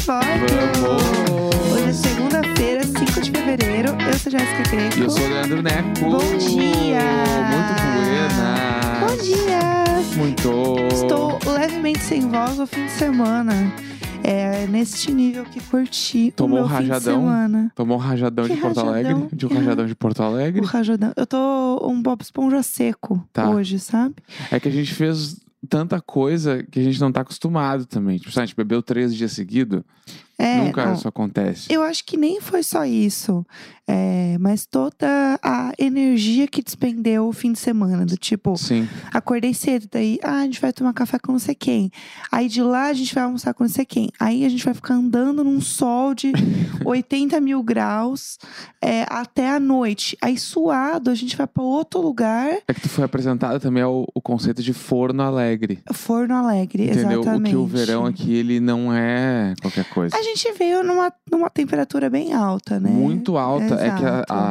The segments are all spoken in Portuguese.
Vamos! Hoje é segunda-feira, 5 de fevereiro. Eu sou Jéssica Greco. E eu sou o Leandro Neco. Bom dia! Muito buena! Bom dia! Muito! Estou levemente sem voz no fim de semana. É neste nível que curti o meu fim de semana. Tomou um rajadão Que de Porto rajadão? Alegre? De um rajadão de Porto Alegre? O rajadão. Eu tô um Bob Esponja seco hoje, sabe? É que a gente fez tanta coisa que a gente não tá acostumado também. Tipo, a gente bebeu 3 dias seguidos. Nunca isso acontece. Eu acho que nem foi só isso. Mas toda a energia que despendeu o fim de semana. Do tipo, Sim. acordei cedo, daí a gente vai tomar café com não sei quem. Aí de lá a gente vai almoçar com não sei quem. Aí a gente vai ficar andando num sol de 80 mil graus até a noite. Aí suado, a gente vai pra outro lugar. É que tu foi apresentado também o conceito de forno alegre. Forno alegre, entendeu? exatamente. O que o verão aqui, ele não é qualquer coisa. A gente veio numa temperatura bem alta, né? Muito alta. Exato. É que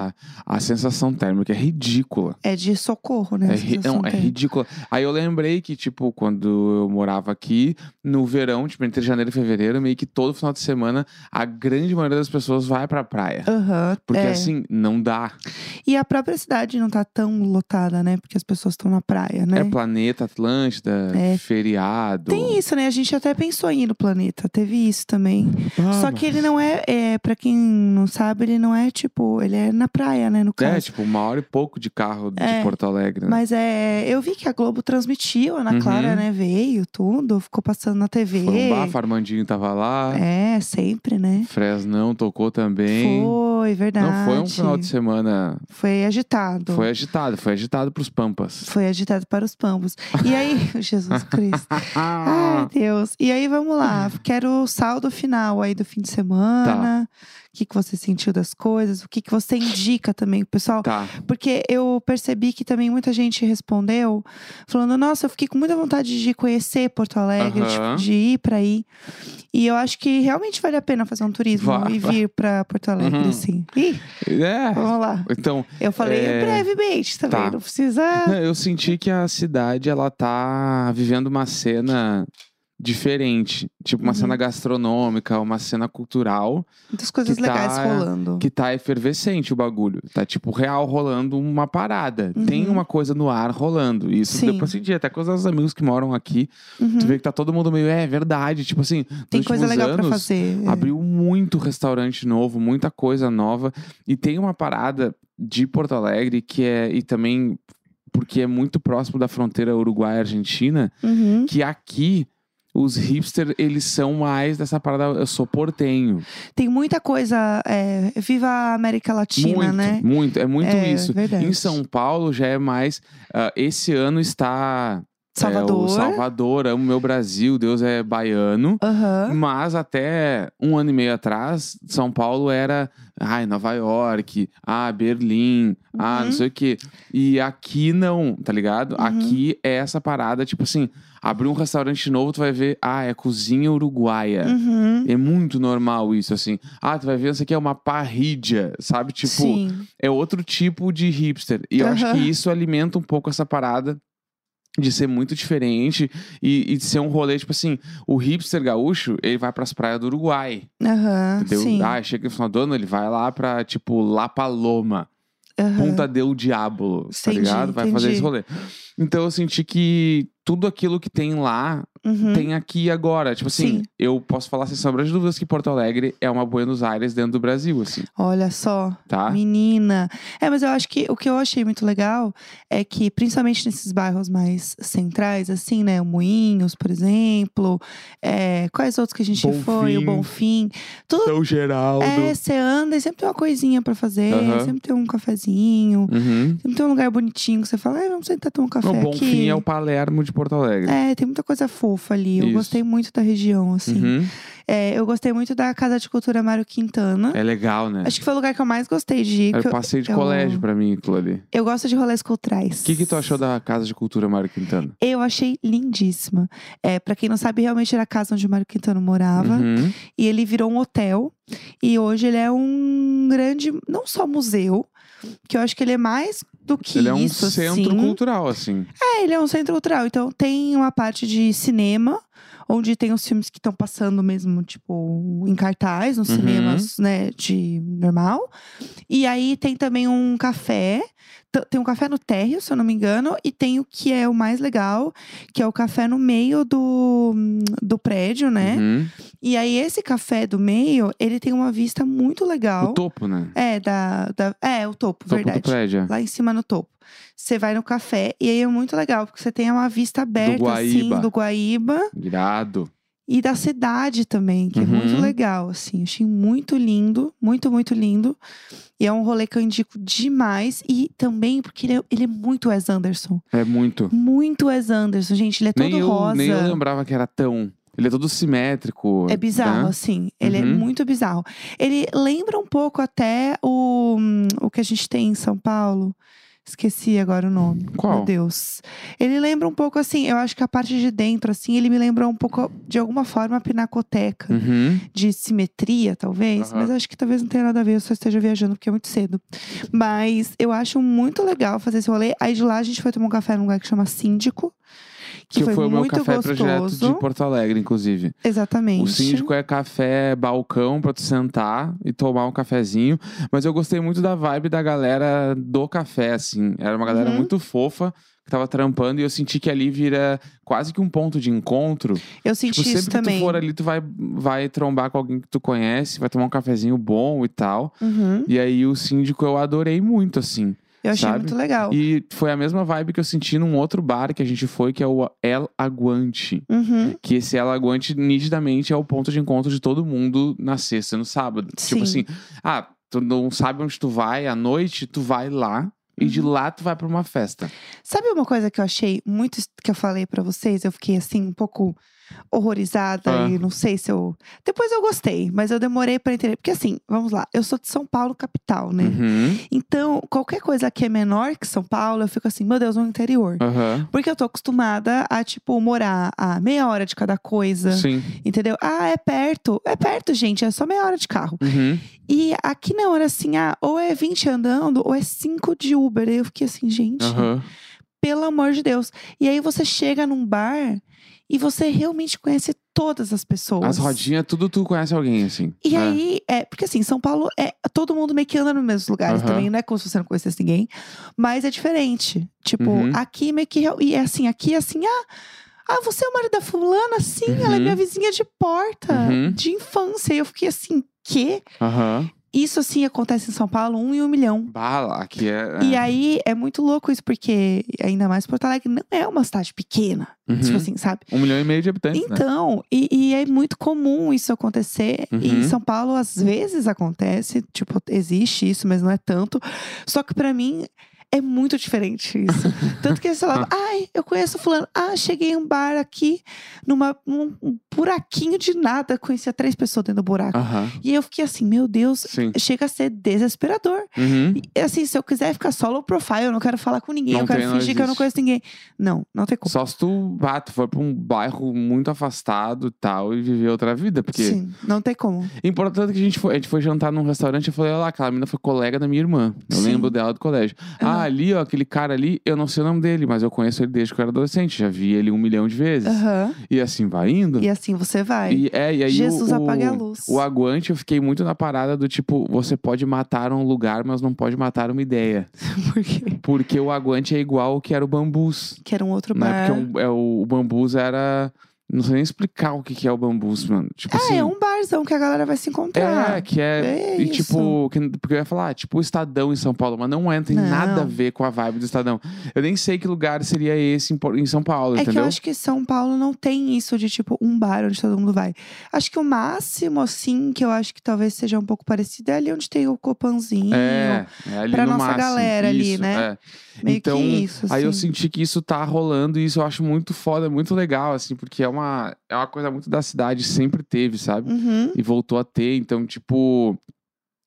a sensação térmica é ridícula. É de socorro, né? É ridícula. Aí eu lembrei que, tipo, quando eu morava aqui, no verão, tipo, entre janeiro e fevereiro, meio que todo final de semana, a grande maioria das pessoas vai pra praia. Porque assim, não dá. E a própria cidade não tá tão lotada, né? Porque as pessoas estão na praia, né? É Planeta Atlântida, feriado. Tem isso, né? A gente até pensou em ir no Planeta. Teve isso também. Só que ele não pra quem não sabe, ele não é tipo, ele é na praia, né? No caso. Tipo, 1h e pouco de carro de Porto Alegre, né? Mas eu vi que a Globo transmitiu, a Ana Clara, né? Veio, tudo, ficou passando na TV. Foi um bafo, Armandinho tava lá. Sempre, né? Fresnão tocou também. Foi, verdade. Não, foi um final de semana... Foi agitado. Foi agitado pros Pampas. Foi agitado para os Pampas. E aí, Jesus Cristo. Ai, Deus. E aí, vamos lá. Quero o saldo final aí do fim de semana. O que você sentiu das coisas? O que você indica também, pessoal? Porque eu percebi que também muita gente respondeu falando, nossa, eu fiquei com muita vontade de conhecer Porto Alegre, de ir pra aí. E eu acho que realmente vale a pena fazer um turismo e vir pra Porto Alegre, assim. Vamos lá. Então, eu falei brevemente também, não precisa... Eu senti que a cidade, ela tá vivendo uma cena diferente. Tipo, uma cena gastronômica, uma cena cultural. Muitas coisas legais rolando. Que tá efervescente o bagulho. Tá, tipo, real rolando uma parada. Tem uma coisa no ar rolando. E isso deu pra sentir. Até com os amigos que moram aqui. Tu vê que tá todo mundo meio, é verdade. Tipo assim, tem coisa legal pra fazer. Abriu muito restaurante novo, muita coisa nova. E tem uma parada de Porto Alegre que e também porque é muito próximo da fronteira Uruguai-Argentina, que aqui os hipsters, eles são mais dessa parada, eu sou portenho. Tem muita coisa, viva a América Latina, né? É muito isso. Verdade. Em São Paulo já é mais, esse ano está... Salvador. O Salvador, amo meu Brasil, Deus é baiano. Mas até 1 ano e meio atrás, São Paulo era Nova York, Berlim, não sei o quê. E aqui não, tá ligado? Aqui é essa parada, tipo assim, abrir um restaurante novo, tu vai ver, é cozinha uruguaia. É muito normal isso, assim. Tu vai ver, isso aqui é uma parrilla, sabe? Tipo, é outro tipo de hipster. E eu acho que isso alimenta um pouco essa parada de ser muito diferente e de ser um rolê, tipo assim, o hipster gaúcho, ele vai pras praias do Uruguai. Entendeu? Sim. Chega no final do ano, ele vai lá pra, tipo, La Paloma. Punta del Diablo, tá ligado? Vai fazer esse rolê. Então eu senti que tudo aquilo que tem lá, tem aqui agora. Tipo assim, eu posso falar sem sombra de dúvidas que Porto Alegre é uma Buenos Aires dentro do Brasil, assim. Olha só, menina. Mas eu acho que o que eu achei muito legal é que, principalmente nesses bairros mais centrais, assim, né? O Moinhos, por exemplo. Quais outros que a gente foi? O Bonfim. Tudo, São Geraldo. Você anda e sempre tem uma coisinha pra fazer. Sempre tem um cafezinho. Sempre tem um lugar bonitinho que você fala, vamos sentar tomar um café aqui. O Bonfim é o Palermo de Porto Alegre. Tem muita coisa fofa ali. Eu gostei muito da região, assim. Eu gostei muito da Casa de Cultura Mário Quintana. É legal, né? Acho que foi o lugar que eu mais gostei de ir. Eu passei de colégio pra mim, aquilo ali. Eu gosto de rolês culturais. O que tu achou da Casa de Cultura Mário Quintana? Eu achei lindíssima. Pra quem não sabe, realmente era a casa onde o Mário Quintana morava. E ele virou um hotel. E hoje ele é um grande, não só museu, que eu acho que ele é mais do que ele é um isso, centro cultural, assim. Ele é um centro cultural. Então tem uma parte de cinema, onde tem os filmes que estão passando mesmo, tipo, em cartaz, nos cinemas, né, de normal. E aí tem também um café. Tem um café no térreo, se eu não me engano, e tem o que é o mais legal, que é o café no meio do prédio, né? E aí, esse café do meio, ele tem uma vista muito legal. O topo, né? O topo, verdade. Do prédio. Lá em cima no topo. Você vai no café, e aí é muito legal, porque você tem uma vista aberta, assim, do Guaíba. Irado. E da cidade também, que é muito legal, assim. Achei muito lindo, muito, muito lindo. E é um rolê que eu indico demais. E também porque ele é muito Wes Anderson. É muito. Muito Wes Anderson, gente. Ele é todo rosa. Nem eu lembrava que era tão... Ele é todo simétrico. É bizarro, né? assim. Ele é muito bizarro. Ele lembra um pouco até o que a gente tem em São Paulo. Esqueci agora o nome. Qual? Meu Deus. Ele lembra um pouco, assim, eu acho que a parte de dentro, assim, ele me lembra um pouco, de alguma forma, a Pinacoteca. De simetria, talvez. Mas acho que talvez não tenha nada a ver, eu só esteja viajando porque é muito cedo. Mas eu acho muito legal fazer esse rolê. Aí de lá a gente foi tomar um café num lugar que chama Síndico. Que foi o meu muito café gostoso. projeto de Porto Alegre, inclusive. Exatamente. O Síndico é café balcão pra tu sentar e tomar um cafezinho. Mas eu gostei muito da vibe da galera do café, assim. Era uma galera muito fofa que tava trampando. E eu senti que ali vira quase que um ponto de encontro. Eu senti isso sempre também. que tu for ali, tu vai trombar com alguém que tu conhece. Vai tomar um cafezinho bom e tal. E aí o Síndico eu adorei muito, assim. Eu achei muito legal. E foi a mesma vibe que eu senti num outro bar que a gente foi, que é o El Aguante. Que esse El Aguante, nitidamente, é o ponto de encontro de todo mundo na sexta e no sábado. Sim. Tipo assim, tu não sabe onde tu vai à noite, tu vai lá. E de lá tu vai pra uma festa. Sabe uma coisa que eu achei muito, que eu falei pra vocês? Eu fiquei assim, um pouco horrorizada e não sei se eu... Depois eu gostei, mas eu demorei pra entender. Porque assim, vamos lá, eu sou de São Paulo, capital, né? Então, qualquer coisa que é menor que São Paulo, eu fico assim, meu Deus, no interior. Porque eu tô acostumada a, tipo, morar a meia hora de cada coisa. Sim. Entendeu? É perto. É perto, gente, é só meia hora de carro. E aqui não era assim, ou é 20 andando, ou é 5 de Uber. Aí eu fiquei assim, gente, pelo amor de Deus. E aí você chega num bar e você realmente conhece todas as pessoas. As rodinhas, tudo tu conhece alguém, assim. E aí, porque assim, São Paulo todo mundo meio que anda nos mesmos lugares também. Não é como se você não conhecesse ninguém. Mas é diferente. Tipo, aqui meio que... E é assim, aqui é assim, você é o marido da fulana? Sim, ela é minha vizinha de porta. De infância. E eu fiquei assim, quê? Isso, assim, acontece em São Paulo, 1 em 1 milhão. Bala, aqui E aí, é muito louco isso, porque ainda mais Porto Alegre não é uma cidade pequena. Tipo assim, sabe? 1,5 milhão de habitantes, então, né? E é muito comum isso acontecer. E em São Paulo, às vezes acontece. Tipo, existe isso, mas não é tanto. Só que pra mim... É muito diferente isso. Tanto que eles falavam, eu conheço fulano. Cheguei em um bar aqui, num buraquinho de nada. Conhecia 3 pessoas dentro do buraco. E eu fiquei assim, meu Deus, chega a ser desesperador. E assim, se eu quiser ficar solo profile, eu não quero falar com ninguém. Eu quero fingir que eu não conheço ninguém. Não tem como. Só se tu for pra um bairro muito afastado e tal, e viver outra vida. Porque... Sim, não tem como. Importante que a gente foi jantar num restaurante, eu falei, olha lá, aquela menina foi colega da minha irmã. Eu lembro dela do colégio. Ali, ó, aquele cara ali, eu não sei o nome dele, mas eu conheço ele desde que eu era adolescente. Já vi ele 1 milhão de vezes. E assim vai indo. E assim você vai. E aí Jesus apague a luz. O Aguante, eu fiquei muito na parada do tipo, você pode matar um lugar, mas não pode matar uma ideia. Por quê? Porque o Aguante é igual o que era o Bambus. Que era um outro bar. Né? Porque o Bambus era... Não sei nem explicar o que é o Bambus, mano. Tipo assim, é um barzão que a galera vai se encontrar. E tipo... Porque eu ia falar, tipo o Estadão em São Paulo. Mas não tem nada a ver com a vibe do Estadão. Eu nem sei que lugar seria esse em São Paulo, entendeu? É que eu acho que São Paulo não tem isso de tipo um bar onde todo mundo vai. Acho que o máximo, assim, que eu acho que talvez seja um pouco parecido é ali onde tem o Copanzinho. É ali pra no nossa máximo. galera ali, Isso, né? Meio então, que isso, assim. Aí eu senti que isso tá rolando e isso eu acho muito foda, muito legal, assim, porque é uma coisa muito da cidade, sempre teve, sabe? E voltou a ter, então, tipo...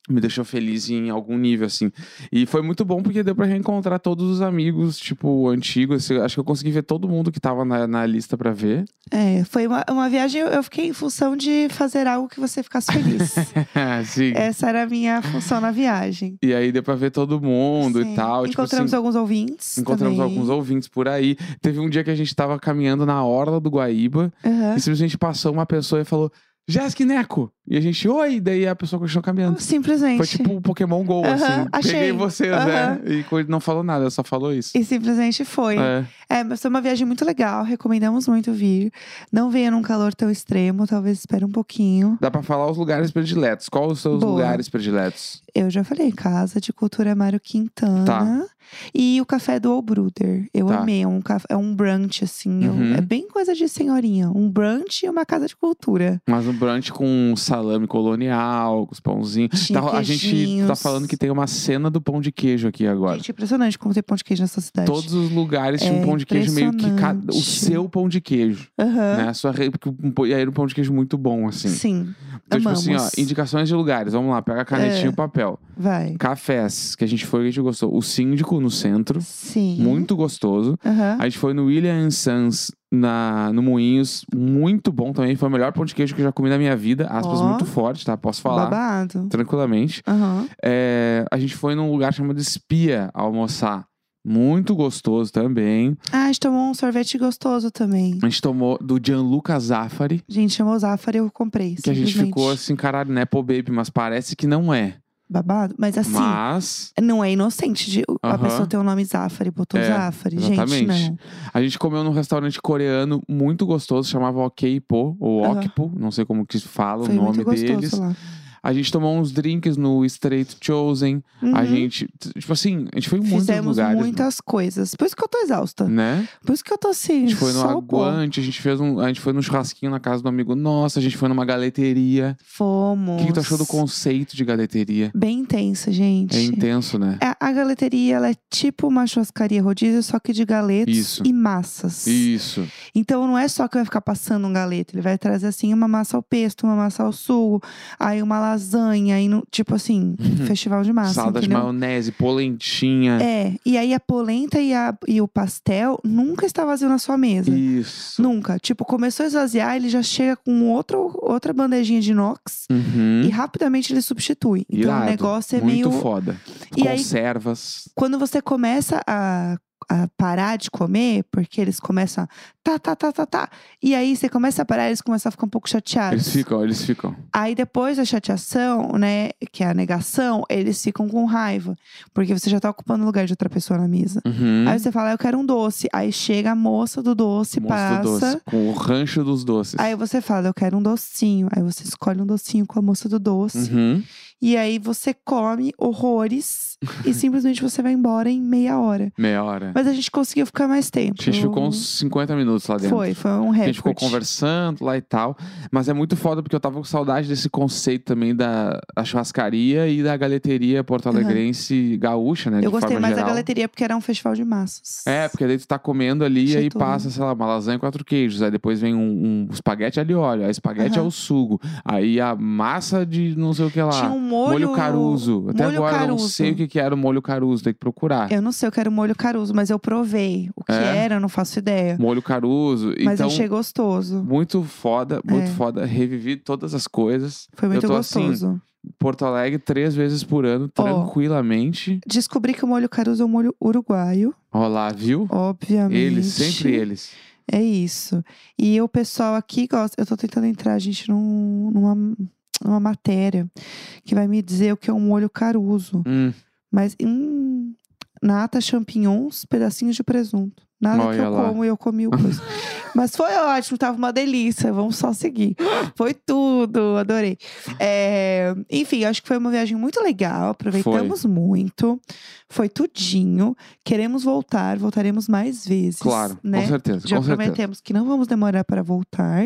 me deixou feliz em algum nível, assim. E foi muito bom porque deu pra reencontrar todos os amigos, tipo, antigos. Acho que eu consegui ver todo mundo que tava na lista pra ver. Foi uma viagem, eu fiquei em função de fazer algo que você ficasse feliz. Sim. Essa era a minha função na viagem. E aí deu pra ver todo mundo Sim. e tal. Encontramos tipo, assim, alguns ouvintes Encontramos também. alguns ouvintes por aí. Teve um dia que a gente tava caminhando na orla do Guaíba. E simplesmente passou uma pessoa e falou... Jéssica e Neco! E a gente, oi! Daí a pessoa continuou caminhando. Simplesmente. Foi tipo o Pokémon GO, assim. Achei. Peguei vocês, né? E não falou nada, só falou isso. E simplesmente foi. Mas foi uma viagem muito legal, recomendamos muito vir. Não venha num calor tão extremo, talvez espere um pouquinho. Dá pra falar os lugares prediletos. Quais os seus lugares prediletos? Eu já falei, Casa de Cultura Mário Quintana. Tá. E o café do All Brother. Eu amei, é um brunch, assim. É bem coisa de senhorinha. Um brunch e uma casa de cultura. Mas um brunch com salame colonial, com os pãozinhos. A gente tá falando que tem uma cena do pão de queijo aqui agora. Gente, impressionante como tem pão de queijo nessa cidade. Todos os lugares tinham um pão de queijo meio que o seu pão de queijo. Né? E aí era um pão de queijo muito bom, assim. Sim. Então, amamos. tipo assim, ó, indicações de lugares. Vamos lá, pega a canetinha e o papel. Vai. Cafés, que a gente foi e a gente gostou. O Síndico, no centro. Sim. Muito gostoso. A gente foi no William Sons, no Moinhos. Muito bom também. Foi o melhor pão de queijo que eu já comi na minha vida. Aspas muito forte, tá? Posso falar. Babado. Tranquilamente. A gente foi num lugar chamado Espia almoçar. Muito gostoso também. A gente tomou um sorvete gostoso também. A gente tomou do Gianluca Zaffari. Gente, chamou Zaffari, eu comprei. Que a gente ficou assim, caralho, né? Pô, baby, mas parece que não é. Babado. Mas assim, não é inocente de a pessoa ter o nome Zaffari, botou Zaffari. Exatamente. Gente, não. A gente comeu num restaurante coreano muito gostoso, chamava Ok-po, ou Okpo, não sei como que se fala o nome deles. Lá. A gente tomou uns drinks no Straight Chosen. A gente, tipo assim, a gente foi em muitos lugares. Fizemos muitas coisas. Por isso que eu tô exausta. Né? Por isso que eu tô assim, a gente foi no Aguante, a gente foi num churrasquinho na casa do amigo nosso, a gente foi numa galeteria. Fomos. O que tu achou do conceito de galeteria? Bem intensa, gente. É intenso, né? A galeteria, ela é tipo uma churrascaria rodízio, só que de galetos e massas. Isso. Então não é só que vai ficar passando um galeto, ele vai trazer assim uma massa ao pesto, uma massa ao sugo, aí uma lasanha, aí tipo assim, festival de massa. Salada de maionese, polentinha. E aí a polenta e o pastel nunca está vazio na sua mesa. Isso. Nunca. Tipo, começou a esvaziar, ele já chega com outra bandejinha de inox e rapidamente ele substitui. Então Irado. O negócio é muito meio... foda. E conservas. Aí, quando você começa a parar de comer, porque eles começam a e aí você começa a parar, eles começam a ficar um pouco chateados. Eles ficam. Aí depois da chateação, né, que é a negação, eles ficam com raiva. Porque você já tá ocupando o lugar de outra pessoa na mesa. Aí você fala, eu quero um doce. Aí chega a moça do doce, passa. Com o rancho dos doces. Aí você fala, eu quero um docinho. Aí você escolhe um docinho com a moça do doce. E aí você come horrores e simplesmente você vai embora em meia hora. Mas a gente conseguiu ficar mais tempo. A gente ficou uns 50 minutos lá dentro. Foi um recorde. A gente ficou conversando lá e tal. Mas é muito foda porque eu tava com saudade desse conceito também da churrascaria e da galeteria porto-alegrense gaúcha, né? Eu gostei mais geral. da galeteria porque era um festival de massas. Porque daí tu tá comendo ali e aí passa, sei lá, uma lasanha e 4 queijos. Aí depois vem um espaguete ali, olha. A espaguete é o sugo. Aí a massa de não sei o que lá. Tinha um molho caruso. Até molho agora caruso. Eu não sei o que era o molho caruso, tem que procurar. Eu não sei o que era o molho caruso, mas eu provei. O que era, eu não faço ideia. Molho caruso. Mas então, achei gostoso. Muito foda, muito foda. Revivi todas as coisas. Foi muito gostoso. Assim, Porto Alegre 3 vezes por ano, tranquilamente. Descobri que o molho caruso é um molho uruguaio. Ó lá, viu? Obviamente. Sempre eles. É isso. E o pessoal aqui gosta. Eu tô tentando entrar, gente, numa matéria que vai me dizer o que é um molho caruso. Mas nata, champignons, pedacinhos de presunto. Nada que eu como e eu comi o coisa. Mas foi ótimo, tava uma delícia. Vamos só seguir. Foi tudo, adorei. Enfim, acho que foi uma viagem muito legal. Aproveitamos muito. Foi tudinho. Queremos voltar, voltaremos mais vezes. Claro, né? com certeza. Já prometemos que não vamos demorar para voltar.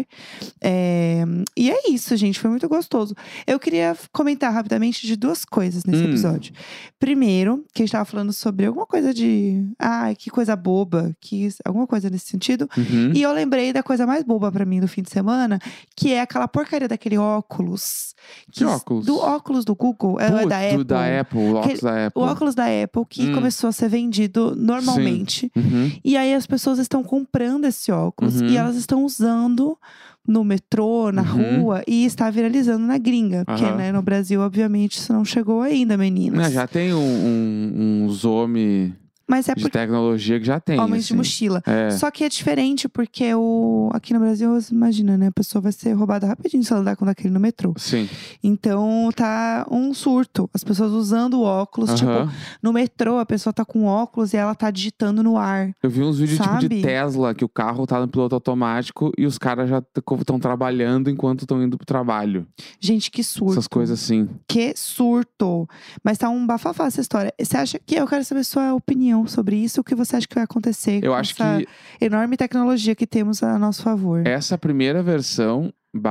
E é isso, gente. Foi muito gostoso. Eu queria comentar rapidamente de 2 coisas nesse episódio. Primeiro, que a gente tava falando sobre alguma coisa de... que coisa boba alguma coisa nesse sentido. Uhum. E eu lembrei da coisa mais boba pra mim do fim de semana, que é aquela porcaria daquele óculos. Que óculos? Do óculos do Google, é da Apple. Da Apple, o óculos da Apple. O óculos da Apple, que começou a ser vendido normalmente. Uhum. E aí as pessoas estão comprando esse óculos e elas estão usando no metrô, na rua, e está viralizando na gringa. Porque, né, no Brasil, obviamente, isso não chegou ainda, meninas. Já tem uns homens de tecnologia que já tem. Homens assim. de mochila. Só que é diferente, porque aqui no Brasil, você imagina, né? A pessoa vai ser roubada rapidinho se ela andar com daquele no metrô. Sim. Então, tá um surto. As pessoas usando óculos. Tipo, no metrô, a pessoa tá com óculos e ela tá digitando no ar. Eu vi uns vídeos sabe? tipo de Tesla, que o carro tá no piloto automático e os caras já estão trabalhando enquanto estão indo pro trabalho. Gente, que surto. Essas coisas assim. Que surto. Mas tá um bafafá essa história. Você acha que... Eu quero saber sua opinião sobre isso. O que você acha que vai acontecer eu com acho essa enorme tecnologia que temos a nosso favor? Essa primeira versão,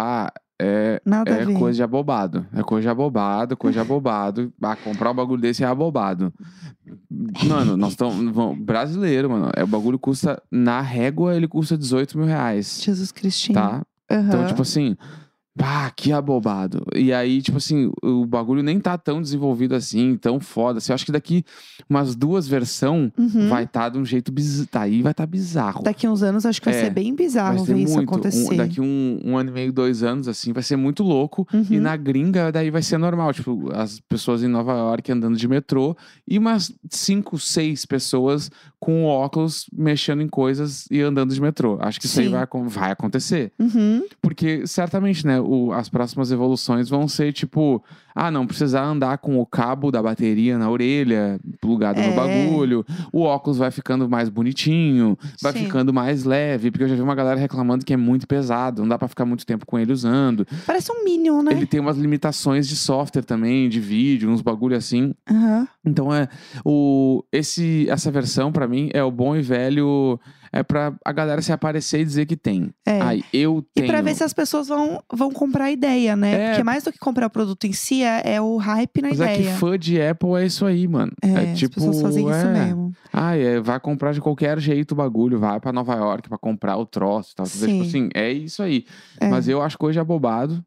é coisa de abobado. É coisa de abobado, coisa de abobado. Comprar um bagulho desse é abobado. Mano, nós estamos... Brasileiro, mano. O bagulho custa... Na régua, ele custa 18 mil reais. Jesus Cristinho. Tá? Então, tipo assim... que abobado. E aí, tipo assim, o bagulho nem tá tão desenvolvido assim, tão foda. Assim, eu acho que daqui umas 2 versões vai estar de um jeito bizarro. Aí vai estar bizarro. Daqui uns anos, acho que vai ser bem bizarro ver isso acontecer. Daqui um ano e meio, 2 anos, assim, vai ser muito louco. E na gringa, daí vai ser normal. Tipo, as pessoas em Nova York andando de metrô e umas 5, 6 pessoas com óculos mexendo em coisas e andando de metrô. Acho que isso aí vai acontecer. Porque, certamente, né? As próximas evoluções vão ser tipo... não precisar andar com o cabo da bateria na orelha, plugado no bagulho. O óculos vai ficando mais bonitinho, vai ficando mais leve. Porque eu já vi uma galera reclamando que é muito pesado, não dá pra ficar muito tempo com ele usando. Parece um Minion, né? Ele tem umas limitações de software também, de vídeo, uns bagulho assim. Então essa versão pra mim é o bom e velho... É pra a galera se aparecer e dizer que tem. Eu tenho. E pra ver se as pessoas vão comprar a ideia, né? Porque mais do que comprar o produto em si, é o hype na ideia. Mas é que fã de Apple é isso aí, mano. Tipo, as pessoas fazem isso mesmo. Vai comprar de qualquer jeito o bagulho. Vai pra Nova York pra comprar o troço e tal. Tipo assim, é isso aí. Mas eu acho coisa de abobado.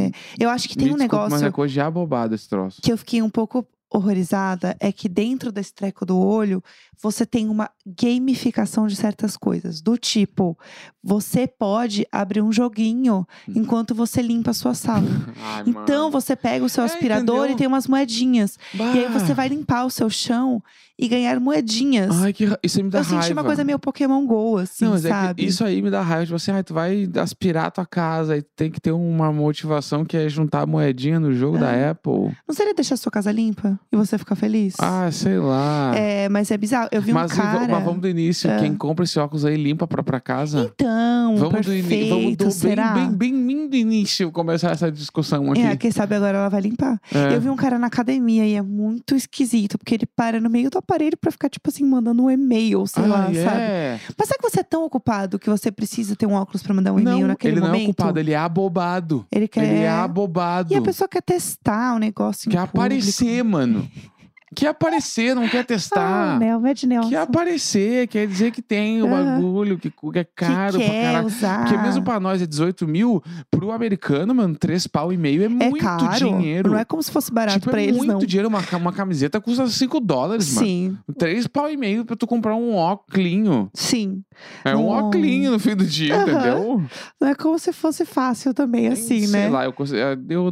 Eu acho que tem um negócio... Mas é coisa de abobado esse troço. Que eu fiquei um pouco horrorizada, é que dentro desse treco do olho, você tem uma gamificação de certas coisas. Do tipo, você pode abrir um joguinho enquanto você limpa a sua sala. Então, você pega o seu aspirador e tem umas moedinhas. E aí, você vai limpar o seu chão e ganhar moedinhas. Isso aí me dá raiva. Eu senti uma coisa meio Pokémon GO, assim, não, mas sabe? Isso aí me dá raiva. Tipo assim, tu vai aspirar a tua casa e tem que ter uma motivação que é juntar moedinha no jogo da Apple. Não seria deixar a sua casa limpa e você ficar feliz? Sei lá. Mas é bizarro. Eu vi um cara... Mas vamos do início. Quem compra esse óculos aí limpa a própria casa. Então, perfeito, será? Bem do início começar essa discussão aqui. Quem sabe agora ela vai limpar. Eu vi um cara na academia e é muito esquisito, porque ele para no meio do aparelho pra ficar, tipo assim, mandando um e-mail, sei lá, sabe? Mas será que você é tão ocupado que você precisa ter um óculos pra mandar um e-mail naquele momento? Ele não é ocupado, ele é abobado. Ele é abobado. E a pessoa quer testar o negócio quer aparecer, mano. Quer aparecer, não quer testar. Quer aparecer, quer dizer que tem o bagulho, que é caro pra caralho. Usar. Porque mesmo pra nós é 18 mil, pro americano, mano, 3,5 pau é muito caro. dinheiro. Não é como se fosse barato pra eles, não. É muito dinheiro. Uma camiseta custa $5, mano. Sim. 3,5 pau pra tu comprar um óculinho. Sim. É um óculinho no fim do dia, entendeu? Não é como se fosse fácil também, assim, sei né? Sei lá, eu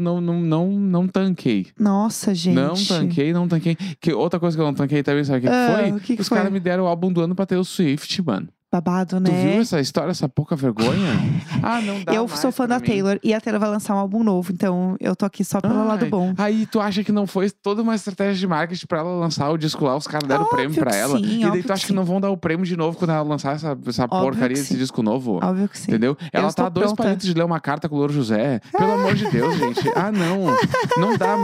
não tanquei. Nossa, gente. Não tanquei. Que outra coisa que eu não tanquei também, sabe o que foi? Os caras me deram o álbum do ano pra ter o Swift, mano. Babado, né? Tu viu essa história, essa pouca vergonha? Não dá. Eu sou fã da Taylor e a Taylor vai lançar um álbum novo, então eu tô aqui só pelo lado bom. Aí tu acha que não foi toda uma estratégia de marketing pra ela lançar o disco lá, os caras deram o prêmio pra ela. Sim, e daí tu acha que não vão dar o prêmio de novo quando ela lançar essa porcaria desse disco novo? Óbvio que sim. Entendeu? Ela tá a 2 palitos de ler uma carta com o Louro José. Pelo amor de Deus, gente. Não. Não dá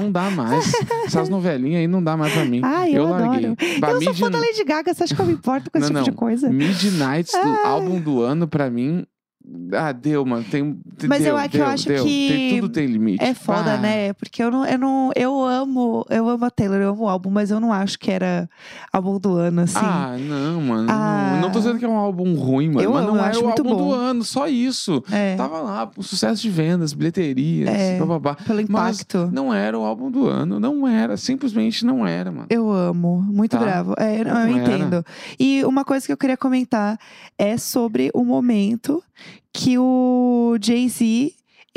mais. Essas novelinhas aí não dá mais pra mim. Eu larguei. Eu sou fã da Lady Gaga, você acha que eu me importo com esse tipo de coisa? Midnight, álbum do ano, pra mim, Deu, mano. Mas eu acho que tudo tem limite. É foda, né? Porque eu amo a Taylor, eu amo o álbum, mas eu não acho que era álbum do ano, assim. Não, mano. Não tô dizendo que é um álbum ruim, mano. Mas não era o álbum do ano, só isso. Tava lá, o sucesso de vendas, bilheterias, bababá. Pelo impacto. Mas não era o álbum do ano, não era. Simplesmente não era, mano. Eu amo, muito bravo. Eu entendo. E uma coisa que eu queria comentar é sobre o momento que o Jay-Z,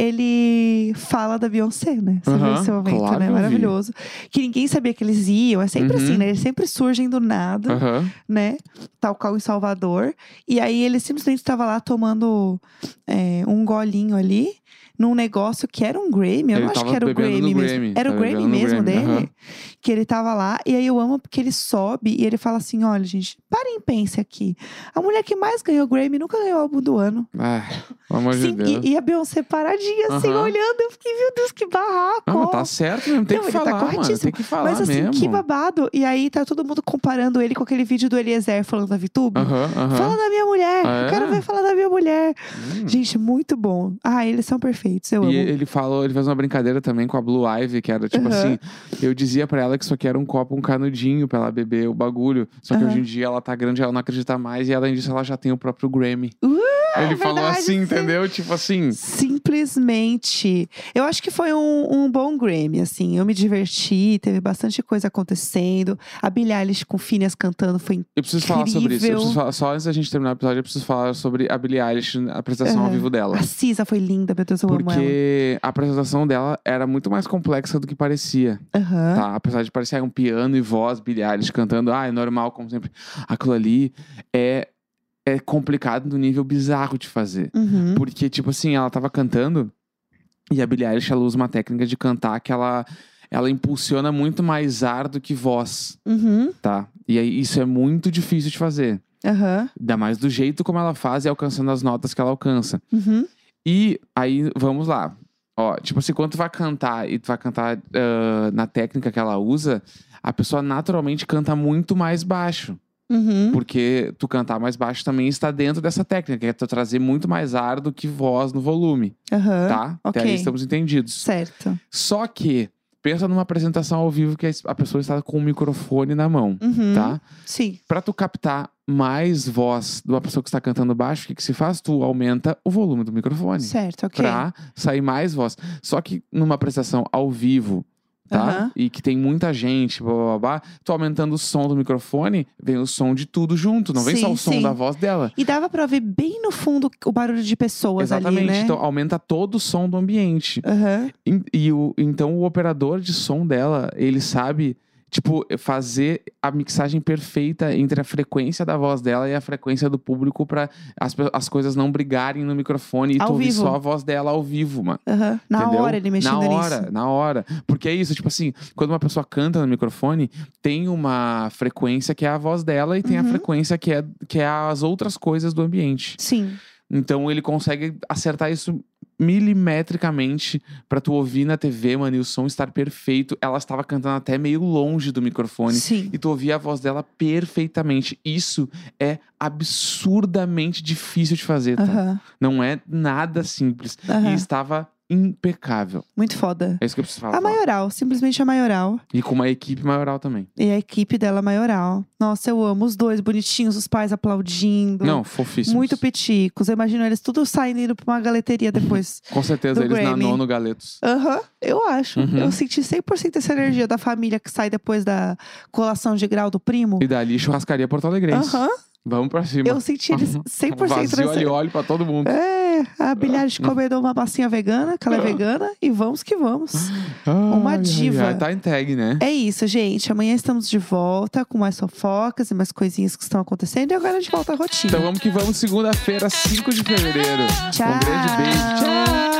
ele fala da Beyoncé, né? Você viu esse momento, claro, né? Maravilhoso. Que ninguém sabia que eles iam. É sempre assim, né? Eles sempre surgem do nada, né? Tal qual em Salvador. E aí, ele simplesmente estava lá tomando um golinho ali. Num negócio que era um Grammy. Eu não acho que era o Grammy mesmo. Era o Grammy mesmo dele. Que ele tava lá. E aí eu amo porque ele sobe e ele fala assim: olha, gente, parem e pense aqui. A mulher que mais ganhou Grammy nunca ganhou o álbum do ano. Pelo amor de Deus. E a Beyoncé paradinha, assim, olhando. Eu fiquei, meu Deus, que barraco. Não, tá certo mesmo. Tem que falar, mano. Tem que falar. Mas assim, mesmo. Que babado. E aí tá todo mundo comparando ele com aquele vídeo do Eliezer falando da VTube. Fala da minha mulher. Eu quero ver falar da minha mulher. Gente, muito bom. Eles são perfeitos. Eu amo. E ele fez uma brincadeira também com a Blue Ivy, que era tipo assim, eu dizia pra ela que isso aqui era um copo, um canudinho pra ela beber o bagulho. Só que hoje em dia ela tá grande, ela não acredita mais, e além disso ela já tem o próprio Grammy. Ele falou assim, entendeu? Tipo assim. Simplesmente. Eu acho que foi um bom Grammy, assim. Eu me diverti, teve bastante coisa acontecendo. A Billie Eilish com Phineas cantando foi incrível. Eu preciso falar sobre isso. Só antes da gente terminar o episódio, eu preciso falar sobre a Billie Eilish, a apresentação ao vivo dela. A Cisa foi linda, meu Deus, eu amo ela. Porque a apresentação dela era muito mais complexa do que parecia. Tá? Apesar de parecer um piano e voz, Billie Eilish cantando, é normal, como sempre. Aquilo ali é complicado no nível bizarro de fazer. Porque, tipo assim, ela tava cantando e a Billie Eilish, ela usa uma técnica de cantar que ela impulsiona muito mais ar do que voz. Tá? E aí, isso é muito difícil de fazer. Ainda mais do jeito como ela faz e alcançando as notas que ela alcança. E aí, vamos lá. Tipo assim, quando tu vai cantar e tu vai cantar na técnica que ela usa, a pessoa naturalmente canta muito mais baixo. Porque tu cantar mais baixo também está dentro dessa técnica, que é tu trazer muito mais ar do que voz no volume. Tá? Até aí estamos entendidos. Certo. Só que, pensa numa apresentação ao vivo que a pessoa está com o microfone na mão, tá? Sim. Pra tu captar mais voz de uma pessoa que está cantando baixo, o que se faz? Tu aumenta o volume do microfone. Certo, Pra sair mais voz. Só que numa apresentação ao vivo, tá? E que tem muita gente, blá, blá, blá, tu aumentando o som do microfone, vem o som de tudo junto, não vem só o som da voz dela. E dava pra ouvir bem no fundo o barulho de pessoas ali, né? Exatamente, então aumenta todo o som do ambiente. Então o operador de som dela, ele sabe, tipo, fazer a mixagem perfeita entre a frequência da voz dela e a frequência do público pra as coisas não brigarem no microfone e tu ouvir só a voz dela ao vivo, mano. Na hora ele mexendo nisso. Na hora. Porque é isso, tipo assim, quando uma pessoa canta no microfone, tem uma frequência que é a voz dela e tem a frequência que é as outras coisas do ambiente. Sim. Então ele consegue acertar isso milimetricamente pra tu ouvir na TV, mano, e o som estar perfeito. Ela estava cantando até meio longe do microfone. Sim. E tu ouvia a voz dela perfeitamente. Isso é absurdamente difícil de fazer, tá? Não é nada simples. E estava impecável. Muito foda. É isso que eu preciso falar. A Maioral, simplesmente a Maioral. E com uma equipe Maioral também. E a equipe dela Maioral. Nossa, eu amo os dois bonitinhos, os pais aplaudindo. Não, fofíssimos. Muito piticos. Eu imagino eles tudo saindo indo pra uma galeteria depois. Com certeza, eles na Nono Galetos. Eu acho. Eu senti 100% essa energia da família que sai depois da colação de grau do primo. E dali, churrascaria Porto Alegrense. Vamos pra cima. Eu senti eles 100% vazio ali, óleo pra todo mundo. A Billie Eilish comedou uma massinha vegana, que ela é vegana, e vamos que vamos. Uma diva. Tá entregue, né? É isso, gente. Amanhã estamos de volta com mais fofocas e mais coisinhas que estão acontecendo. E agora a gente volta à rotina. Então vamos que vamos, segunda-feira, 5 de fevereiro. Tchau. Um grande beijo. Tchau.